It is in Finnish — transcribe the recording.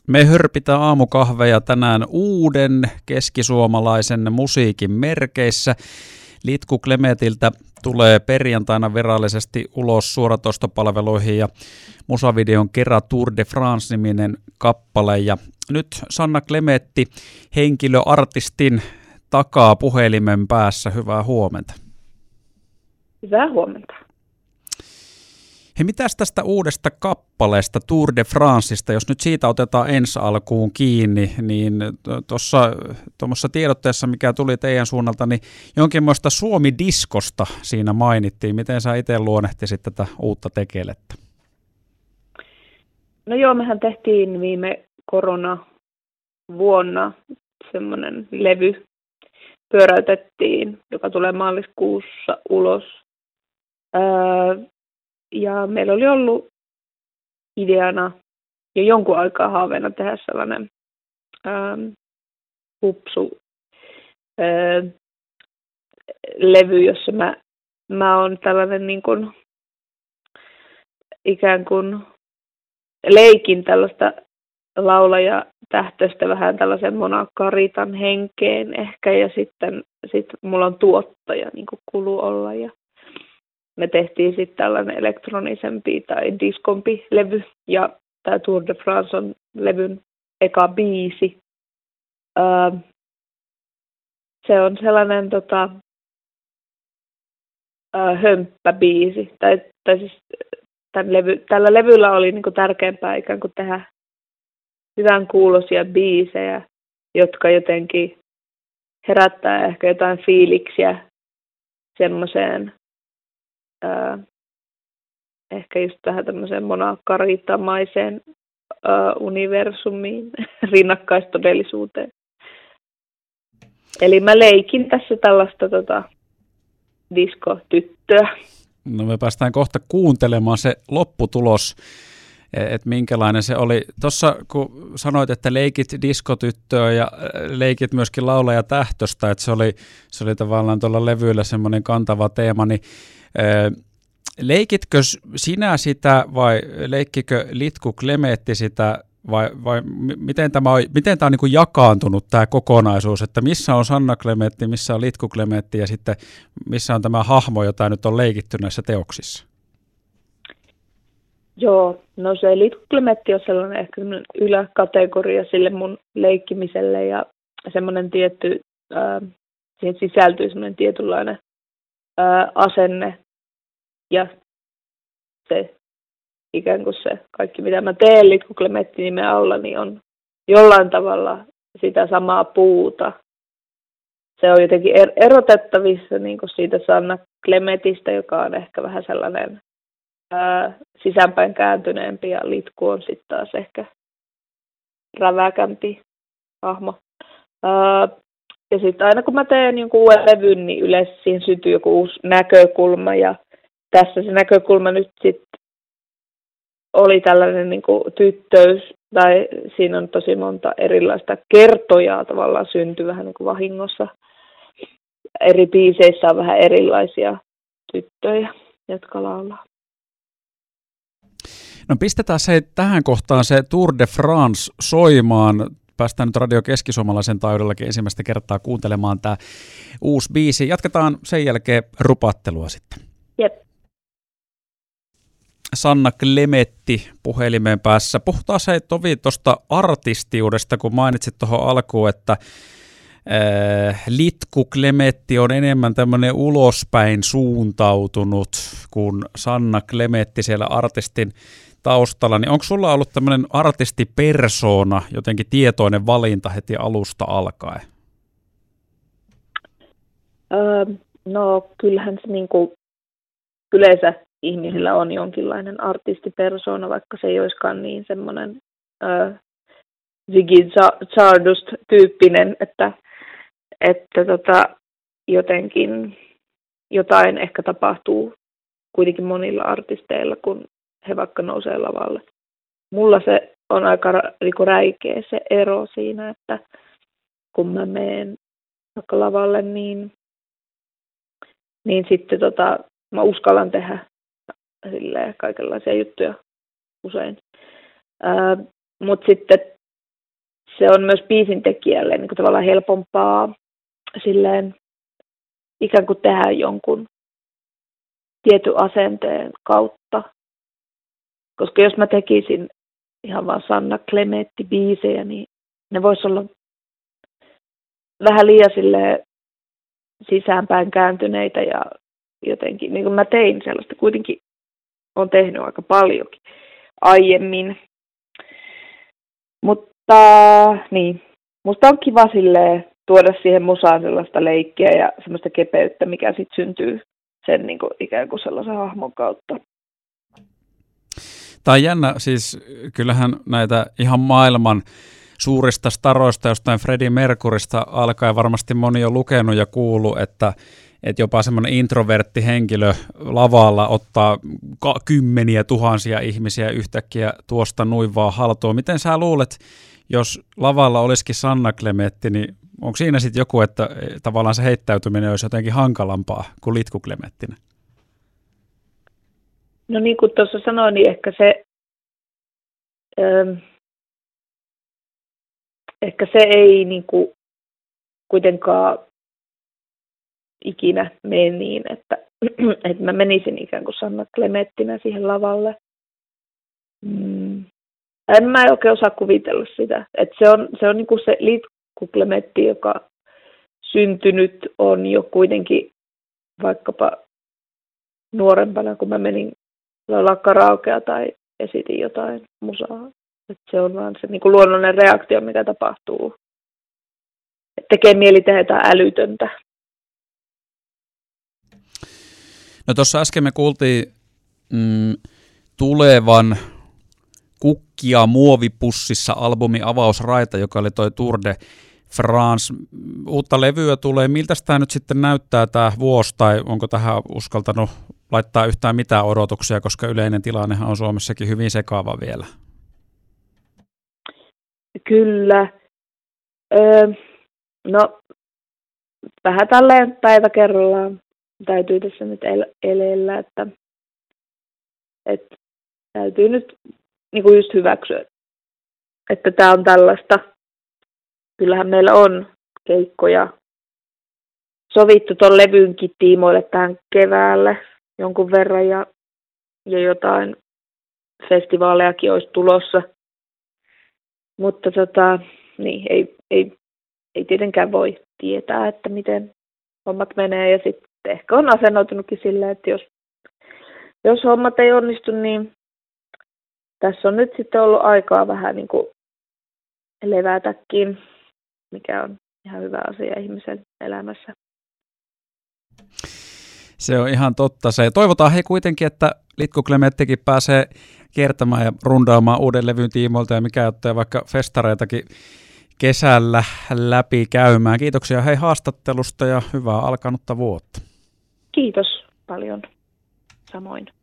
Me hörpitään aamukahveja tänään uuden keskisuomalaisen musiikin merkeissä. Litku Klemetiltä tulee perjantaina virallisesti ulos suoratoistopalveluihin ja musavideon Kera Tour de France-niminen kappale. Ja nyt Sanna Klemetti henkilöartistin takaa puhelimen päässä. Hyvää huomenta. Hyvää huomenta. Hei, mitäs tästä uudesta kappaleesta Tour de Franceista, jos nyt siitä otetaan ensi alkuun kiinni, niin tuommoissa tiedotteessa, mikä tuli teidän suunnalta, niin jonkinlaista Suomi-diskosta siinä mainittiin. Miten sä itse luonnehtisit tätä uutta tekelettä? No joo, mehän tehtiin viime koronavuonna semmoinen levy, pyöräytettiin, joka tulee maaliskuussa ulos. Ja meillä oli ollut ideana jo jonkun aikaa haaveena tehdä sellainen hupsu levy, jossa mä oon tällainen niin kuin, ikään kuin leikin tällaista laulajatähtöistä vähän tällaisen Mona Kharitan henkeen ehkä, ja sitten mulla on tuottaja, niin kuin kuuluu olla, ja me tehtiin sitten tällainen elektronisempi tai diskompi levy, ja tämä Tour de France on levyn eka biisi. Se on sellainen hömppäbiisi, tai siis tällä levyllä oli niinku tärkeämpää ikään kuin tehdä hyvän kuuloisia biisejä, jotka jotenkin herättää ehkä jotain fiiliksiä semmoiseen ehkä just tähän tämmöiseen Mona Kharitamaiseen universumiin, rinnakkaistodellisuuteen. Eli mä leikin tässä tällaista diskotyttöä. No me päästään kohta kuuntelemaan se lopputulos, että minkälainen se oli. Tuossa kun sanoit, että leikit diskotyttöä ja leikit myöskin laulajatähtöstä, että se oli tavallaan tuolla levyllä semmoinen kantava teema, niin leikitkö sinä sitä vai leikkikö Litku Klemetti sitä vai miten tämä on niin kuin jakaantunut tämä kokonaisuus, että missä on Sanna Klemetti, missä on Litku Klemetti ja sitten missä on tämä hahmo, jota nyt on leikitty näissä teoksissa? Joo, no se Litku Klemetti on sellainen ehkä yläkategoria sille mun leikkimiselle, ja semmoinen tietty, siihen sisältyy semmoinen tietynlainen asenne, ja se ikään kuin se kaikki, mitä mä teen Litku Klemetti nimen alla, niin on jollain tavalla sitä samaa puuta. Se on jotenkin erotettavissa niin kuin siitä Sanna Klemetistä, joka on ehkä vähän sellainen sisäänpäin kääntyneempi, ja Litku on sitten taas ehkä räväkämpi hahmo. Ja sitten aina kun mä teen jonkun uuden levyn, niin yleensä siihen syntyy joku uusi näkökulma, ja tässä se näkökulma nyt sitten oli tällainen niin kuin tyttöys, tai siinä on tosi monta erilaista kertojaa tavallaan syntyy vähän niin kuin vahingossa. Eri biiseissä on vähän erilaisia tyttöjä, jotka laulaa. No pistetään se tähän kohtaan se Tour de France soimaan. Päästään nyt Radio Keskisuomalaisen taajuudellakin ensimmäistä kertaa kuuntelemaan tämä uusi biisi. Jatketaan sen jälkeen rupattelua sitten. Jep. Sanna Klemetti puhelimen päässä. Puhutaan se tovi tuosta artistiudesta, kun mainitsit tuohon alkuun, että Litku Klemetti on enemmän tämmöinen ulospäin suuntautunut kuin Sanna Klemetti siellä artistin taustalla. Niin onko sulla ollut tämmöinen artistipersoona, jotenkin tietoinen valinta heti alusta alkaen? No kyllähän se niinku yleensä ihmisillä on jonkinlainen artistipersona, vaikka se ei olisikaan niin semmoinen Ziggy Stardust-tyyppinen, että jotenkin jotain ehkä tapahtuu kuitenkin monilla artisteilla, kun he vaikka nousee lavalle. Mulla se on aika räikeä se ero siinä, että kun mä menen vaikka lavalle, niin sitten mä uskallan tehdä silleen kaikenlaisia juttuja usein. Mutta sitten se on myös biisintekijälle niin kuin tavallaan helpompaa silleen ikään kuin tehdä jonkun tietyn asenteen kautta. Koska jos mä tekisin ihan vaan Sanna Clemetti-biisejä, niin ne vois olla vähän liian silleen sisäänpäin kääntyneitä ja jotenkin, niin kuin mä tein sellaista, kuitenkin on tehnyt aika paljonkin aiemmin. Mutta niin, musta on kiva silleen tuoda siihen musaan sellaista leikkiä ja semmoista kepeyttä, mikä sitten syntyy sen niin kuin ikään kuin sellaisen hahmon kautta. Tämä on jännä, siis kyllähän näitä ihan maailman suurista staroista, jostain Freddie Mercurysta alkaen varmasti moni on lukenut ja kuullut, että jopa semmoinen introvertti henkilö lavalla ottaa kymmeniä tuhansia ihmisiä yhtäkkiä tuosta noin vaan haltuun. Miten sä luulet, jos lavalla olisikin Sanna Clemetti, niin onko siinä sitten joku, että tavallaan se heittäytyminen olisi jotenkin hankalampaa kuin Litku Clemettinä? No niin kuin tuossa sanoin, niin ehkä se ei niin kuin kuitenkaan ikinä mene niin, että mä menisin ikään kuin Sanna Clemettinä siihen lavalle. Mä en oikein osaa kuvitella sitä. Että se on niin kuin se Litku Clemetti, joka syntynyt on jo kuitenkin vaikkapa nuorempana, kun mä menin laulaa karaokea tai esitin jotain musaa. Että se on vaan se niin kuin luonnollinen reaktio, mikä tapahtuu. Et tekee mieli tehdä jotain älytöntä. No tuossa äsken me kuultiin tulevan Kukkia muovipussissa -albumin avausraita, joka oli toi Tour de France. Uutta levyä tulee. Miltä tämä nyt sitten näyttää tämä vuosi, tai onko tähän uskaltanut laittaa yhtään mitään odotuksia, koska yleinen tilannehan on Suomessakin hyvin sekaava vielä? Kyllä. No, vähän tälleen päivä kerrallaan täytyy tässä nyt elellä, että täytyy nyt niin kuin just hyväksyä, että tämä on tällaista. Kyllähän meillä on keikkoja sovittu tuon levynkin tiimoille tähän keväälle jonkun verran ja jotain festivaalejakin olisi tulossa. Mutta niin, ei tietenkään voi tietää, että miten hommat menee. Ja sitten ehkä on asennoitunutkin silleen, että jos hommat ei onnistu, niin tässä on nyt sitten ollut aikaa vähän niin kuin levätäkin, mikä on ihan hyvä asia ihmisen elämässä. Se on ihan totta. Toivotaan hei kuitenkin, että Litku Clemettikin pääsee kiertämään ja rundaamaan uuden levyn tiimoilta ja mikä ottaa vaikka festareitakin kesällä läpi käymään. Kiitoksia hei haastattelusta ja hyvää alkanutta vuotta. Kiitos paljon. Samoin.